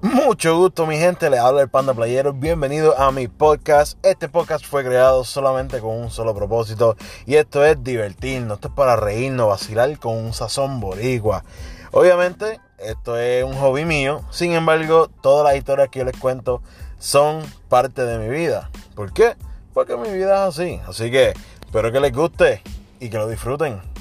Mucho gusto, mi gente, les habla el Panda Playero. Bienvenido a mi podcast. Este podcast fue creado solamente con un solo propósito, y esto es divertirnos. Esto es para reírnos, vacilar con un sazón boricua. Obviamente, esto es un hobby mío. Sin embargo, todas las historias que yo les cuento son parte de mi vida. ¿Por qué? Porque mi vida es así. Así que espero que les guste y que lo disfruten.